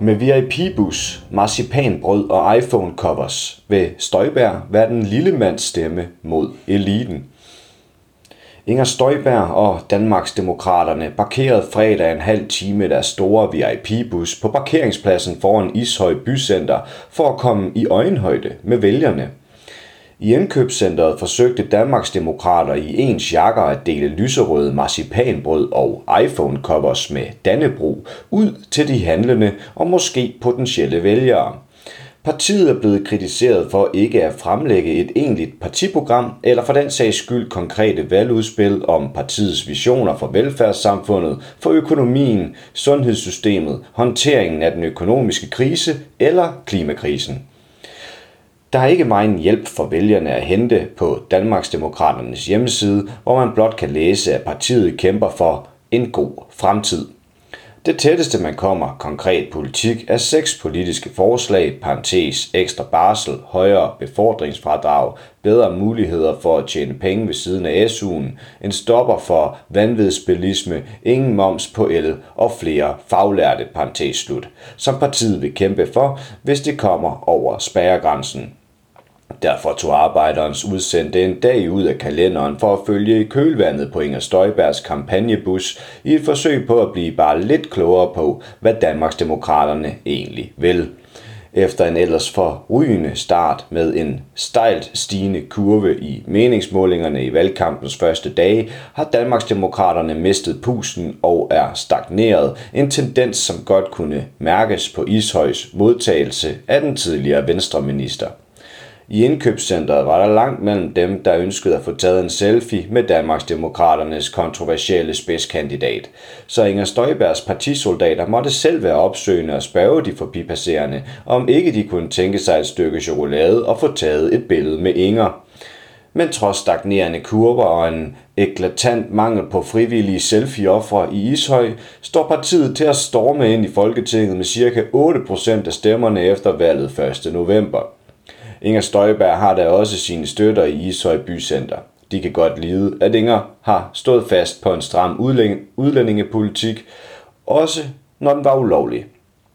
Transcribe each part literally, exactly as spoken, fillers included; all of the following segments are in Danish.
Med V I P-bus, marcipanbrød og iPhone-covers vil Støjberg være den lille mands stemme mod eliten. Inger Støjberg og Danmarksdemokraterne parkerede fredag en halv time deres store V I P-bus på parkeringspladsen foran Ishøj Bycenter for at komme i øjenhøjde med vælgerne. I indkøbscentret forsøgte Danmarksdemokrater i ens jakker at dele lyserøde marcipanbrød og iPhone-covers med Dannebrog ud til de handlende og måske potentielle vælgere. Partiet er blevet kritiseret for ikke at fremlægge et egentligt partiprogram eller for den sags skyld konkrete valgudspil om partiets visioner for velfærdssamfundet, for økonomien, sundhedssystemet, håndteringen af den økonomiske krise eller klimakrisen. Der er ikke meget hjælp for vælgerne at hente på Danmarksdemokraternes hjemmeside, hvor man blot kan læse, at partiet kæmper for en god fremtid. Det tætteste man kommer konkret politik er seks politiske forslag, parentes, ekstra barsel, højere befordringsfradrag, bedre muligheder for at tjene penge ved siden af S U'en, en stopper for vanvidsbilisme, ingen moms på el og flere faglærte, parentes slut, som partiet vil kæmpe for, hvis det kommer over spærregrænsen. Derfor tog Arbejderens udsendte en dag ud af kalenderen for at følge i kølvandet på Inger Støjbergs kampagnebus i et forsøg på at blive bare lidt klogere på, hvad Danmarksdemokraterne egentlig vil. Efter en ellers forrygende start med en stejlt stigende kurve i meningsmålingerne i valgkampens første dage, har Danmarksdemokraterne mistet pusten og er stagneret, en tendens som godt kunne mærkes på Ishøjs modtagelse af den tidligere venstreminister. I indkøbscentret var der langt mellem dem, der ønskede at få taget en selfie med Danmarksdemokraternes kontroversielle spidskandidat. Så Inger Støjbergs partisoldater måtte selv være opsøgende og spørge de forbipasserende, om ikke de kunne tænke sig et stykke chokolade og få taget et billede med Inger. Men trods stagnerende kurver og en eklatant mangel på frivillige selfie-ofre i Ishøj, står partiet til at storme ind i Folketinget med ca. otte procent af stemmerne efter valget første november. Inger Støjberg har da også sine støtter i Ishøj Bycenter. De kan godt lide, at Inger har stået fast på en stram udlændingepolitik, også når den var ulovlig.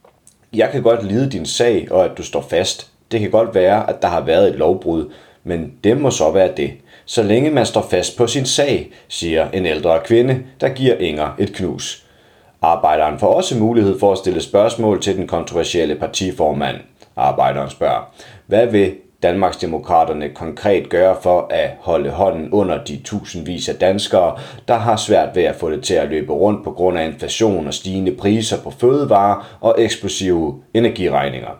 Jeg kan godt lide din sag, og at du står fast. Det kan godt være, at der har været et lovbrud, men det må så være det. Så længe man står fast på sin sag, siger en ældre kvinde, der giver Inger et knus. Arbejderen får også mulighed for at stille spørgsmål til den kontroversielle partiformand. Arbejderen spørger, hvad vil Danmarksdemokraterne konkret gøre for at holde hånden under de tusindvis af danskere, der har svært ved at få det til at løbe rundt på grund af inflation og stigende priser på fødevarer og eksplosive energiregninger?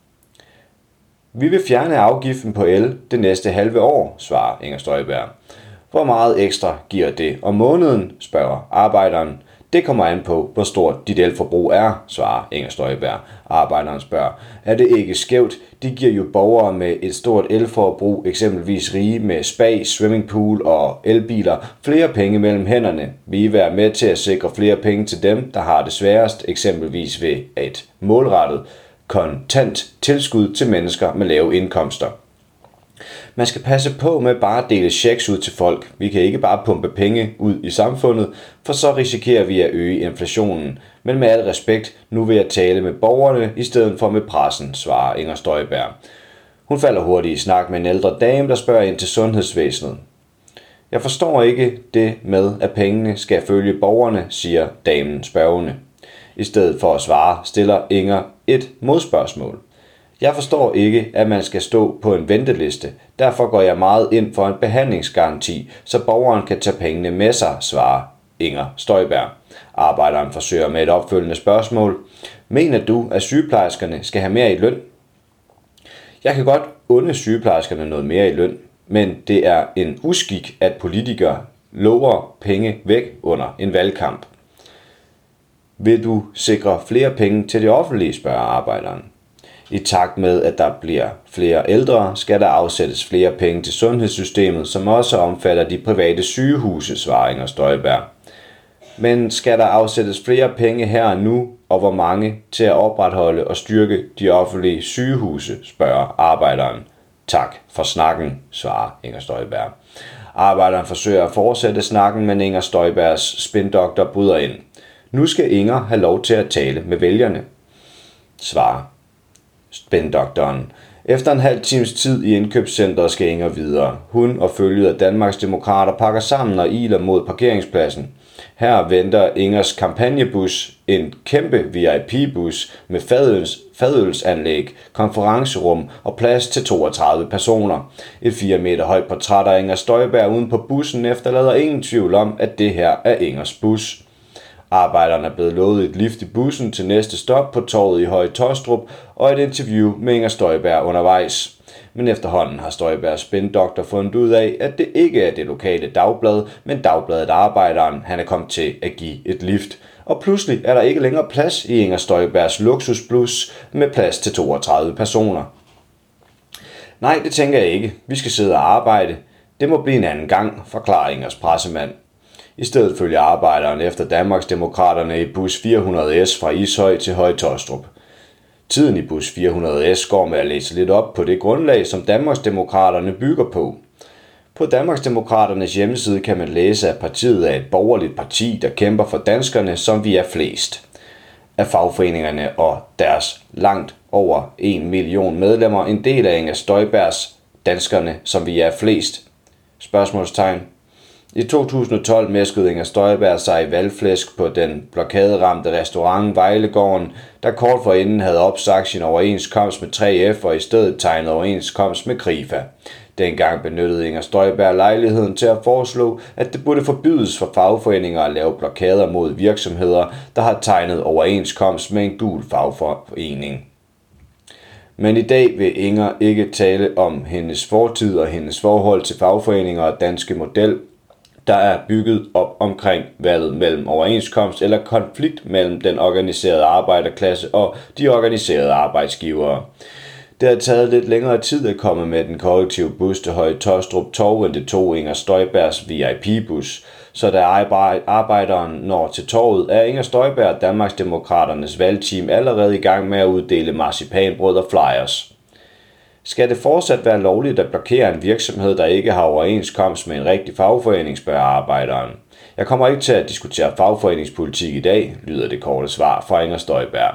Vi vil fjerne afgiften på el det næste halve år, svarer Inger Støjberg. Hvor meget ekstra giver det om måneden, spørger arbejderen. Det kommer an på, hvor stort dit elforbrug er, svarer Inger Støjberg. Arbejderen spørger, er det ikke skævt? De giver jo borgere med et stort elforbrug, eksempelvis rige med spa, swimmingpool og elbiler, flere penge mellem hænderne. Vi vil være med til at sikre flere penge til dem, der har det sværest, eksempelvis ved et målrettet kontant tilskud til mennesker med lave indkomster. Man skal passe på med bare at dele checks ud til folk. Vi kan ikke bare pumpe penge ud i samfundet, for så risikerer vi at øge inflationen. Men med al respekt, nu vil jeg tale med borgerne i stedet for med pressen, svarer Inger Støjberg. Hun falder hurtigt i snak med en ældre dame, der spørger ind til sundhedsvæsenet. Jeg forstår ikke det med, at pengene skal følge borgerne, siger damen spørgende. I stedet for at svare, stiller Inger et modspørgsmål. Jeg forstår ikke, at man skal stå på en venteliste. Derfor går jeg meget ind for en behandlingsgaranti, så borgeren kan tage pengene med sig, svarer Inger Støjberg. Arbejderen forsøger med et opfølgende spørgsmål. Mener du, at sygeplejerskerne skal have mere i løn? Jeg kan godt unde sygeplejerskerne noget mere i løn, men det er en uskik, at politikere lover penge væk under en valgkamp. Vil du sikre flere penge til det offentlige, spørger arbejderen. I takt med, at der bliver flere ældre, skal der afsættes flere penge til sundhedssystemet, som også omfatter de private sygehuse, svarer Inger Støjberg. Men skal der afsættes flere penge her og nu, og hvor mange til at opretholde og styrke de offentlige sygehuse, spørger arbejderen. Tak for snakken, svarer Inger Støjberg. Arbejderen forsøger at fortsætte snakken, men Inger Støjbergs spindoktor bryder ind. Nu skal Inger have lov til at tale med vælgerne. svarer spændoktoren. Efter en halv times tid i indkøbscenteret skal Inger videre. Hun og følget af Danmarks Demokrater pakker sammen og iler mod parkeringspladsen. Her venter Ingers kampagnebus, en kæmpe V I P-bus med fadøls, fadølsanlæg, konferencerum og plads til toogtredive personer. Et fire meter højt portræt af Inger Støjberg uden på bussen efterlader ingen tvivl om, at det her er Ingers bus. Arbejderne er blevet lovet et lift i bussen til næste stop på torvet i Høje Taastrup og et interview med Inger Støjberg undervejs. Men efterhånden har Støjbergs spindoktor fundet ud af, at det ikke er det lokale dagblad, men dagbladet Arbejderen, han er kommet til at give et lift. Og pludselig er der ikke længere plads i Inger Støjbergs luksusbus med plads til toogtredive personer. Nej, det tænker jeg ikke. Vi skal sidde og arbejde. Det må blive en anden gang, forklarer Ingers pressemand. I stedet følger Arbejderen efter Danmarks Demokraterne i bus fire hundrede S fra Ishøj til Høje Taastrup. Tiden i bus fire hundrede S går med at læse lidt op på det grundlag, som Danmarks Demokraterne bygger på. På Danmarks Demokraternes hjemmeside kan man læse, at partiet er et borgerligt parti, der kæmper for danskerne, som vi er flest. Af fagforeningerne og deres langt over en million medlemmer en del af Inger Støjbergs danskerne, som vi er flest? Spørgsmålstegn. I to tusind og tolv mæskede Inger Støjberg sig i valgflæsk på den blokaderamte restaurant Vejlegården, der kort forinden havde opsagt sin overenskomst med tre F og i stedet tegnet overenskomst med Krifa. Dengang benyttede Inger Støjberg lejligheden til at foreslå, at det burde forbydes for fagforeninger at lave blokader mod virksomheder, der har tegnet overenskomst med en gul fagforening. Men i dag vil Inger ikke tale om hendes fortid og hendes forhold til fagforeninger og danske model, der er bygget op omkring valget mellem overenskomst eller konflikt mellem den organiserede arbejderklasse og de organiserede arbejdsgivere. Det har taget lidt længere tid at komme med den kollektive bus til Høje Taastrup Torv, end det tog Inger Støjbergs V I P-bus. Så da Arbejderen når til torvet, er Inger Støjberg og Danmarks Demokraternes valgteam allerede i gang med at uddele marcipanbrød og flyers. Skal det fortsat være lovligt at blokere en virksomhed, der ikke har overenskomst med en rigtig fagforening, spørger Arbejderen. Jeg kommer ikke til at diskutere fagforeningspolitik i dag, lyder det korte svar fra Inger Støjberg.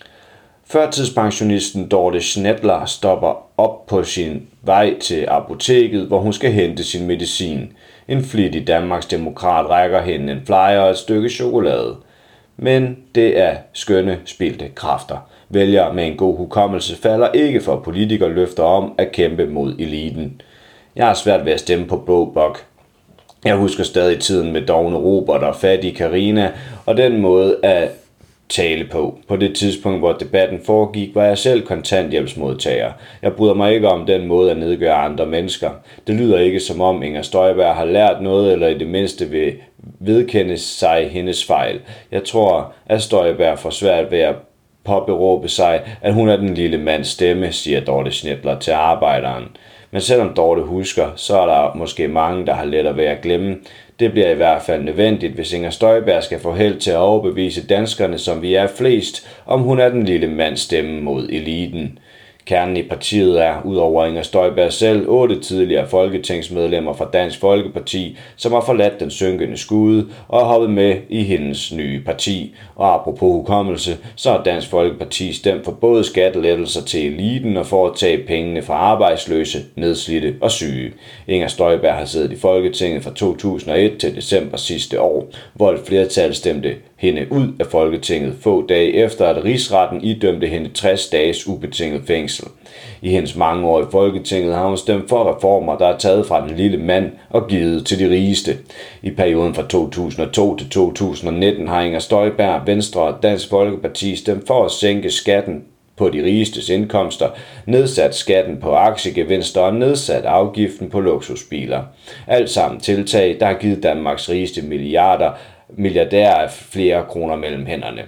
Førtidspensionisten Dorte Schnedler stopper op på sin vej til apoteket, hvor hun skal hente sin medicin. En flittig Danmarks Demokrat rækker hende en flyer og et stykke chokolade. Men det er skønne spildte kræfter. Vælgere med en god hukommelse falder ikke for politikerløfter om at kæmpe mod eliten. Jeg har svært ved at stemme på Blå Bok. Jeg husker stadig tiden med dovne Robert og fattige Karina og den måde at tale på. På det tidspunkt, hvor debatten foregik, var jeg selv kontanthjælpsmodtager. Jeg bryder mig ikke om den måde at nedgøre andre mennesker. Det lyder ikke som om Inger Støjberg har lært noget, eller i det mindste vil vedkende sig hendes fejl. Jeg tror, at Støjberg får svært ved at påberåbe sig, at hun er den lille mands stemme, siger Dorte Schnedler til Arbejderen. Men selvom Dorte husker, så er der måske mange, der har lettere ved at glemme. Det bliver i hvert fald nødvendigt, hvis Inger Støjberg skal få held til at overbevise danskerne, som vi er flest, om hun er den lille mands stemme mod eliten. Kernen i partiet er, udover Inger Støjberg selv, otte tidligere folketingsmedlemmer fra Dansk Folkeparti, som har forladt den synkende skude og har hoppet med i hendes nye parti. Og apropos hukommelse, så har Dansk Folkeparti stemt for både skattelettelser til eliten og for at tage pengene fra arbejdsløse, nedslidte og syge. Inger Støjberg har siddet i Folketinget fra to tusind og et til december sidste år, hvor et flertal stemte hende ud af Folketinget få dage efter, at Rigsretten idømte hende tres dages ubetinget fængsel. I hendes mange år i Folketinget har hun stemt for reformer, der er taget fra den lille mand og givet til de rigeste. I perioden fra to tusind og to til to tusind og nitten har Inger Støjberg, Venstre og Dansk Folkeparti stemt for at sænke skatten på de rigestes indkomster, nedsat skatten på aktiegevinster og nedsat afgiften på luksusbiler. Alt sammen tiltag, der har givet Danmarks rigeste milliarder milliardærer af flere kroner mellem hænderne.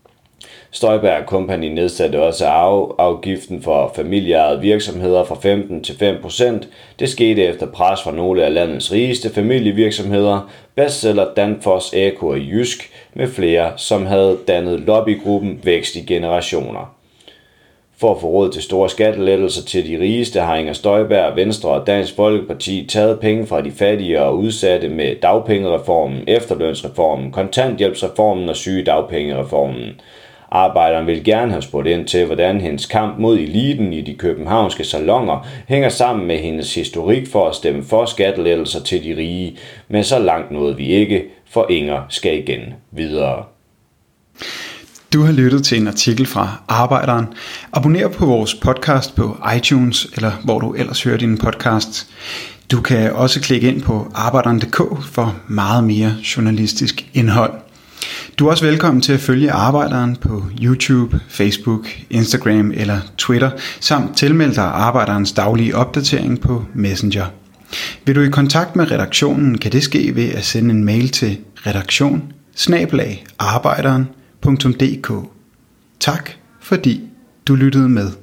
Støjberg Company nedsatte også afgiften for familieejede virksomheder fra femten til fem procent. Det skete efter pres fra nogle af landets rigeste familievirksomheder, bestseller Danfoss, Eko og Jysk med flere, som havde dannet lobbygruppen Vækst i Generationer. For at få råd til store skattelettelser til de rigeste har Inger Støjberg, Venstre og Dansk Folkeparti taget penge fra de fattige og udsatte med dagpengereformen, efterlønsreformen, kontanthjælpsreformen og sygedagpengereformen. Arbejderen vil gerne have spurgt ind til, hvordan hendes kamp mod eliten i de københavnske salonger hænger sammen med hendes historik for at stemme for skattelettelser til de rige, men så langt nåede vi ikke, for Inger skal igen videre. Du har lyttet til en artikel fra Arbejderen. Abonner på vores podcast på iTunes, eller hvor du ellers hører dine podcasts. Du kan også klikke ind på arbejderen punktum d k for meget mere journalistisk indhold. Du er også velkommen til at følge Arbejderen på YouTube, Facebook, Instagram eller Twitter, samt tilmelde dig Arbejderens daglige opdatering på Messenger. Vil du i kontakt med redaktionen, kan det ske ved at sende en mail til redaktion bindestreg arbejderen punktum d k. Tak fordi du lyttede med.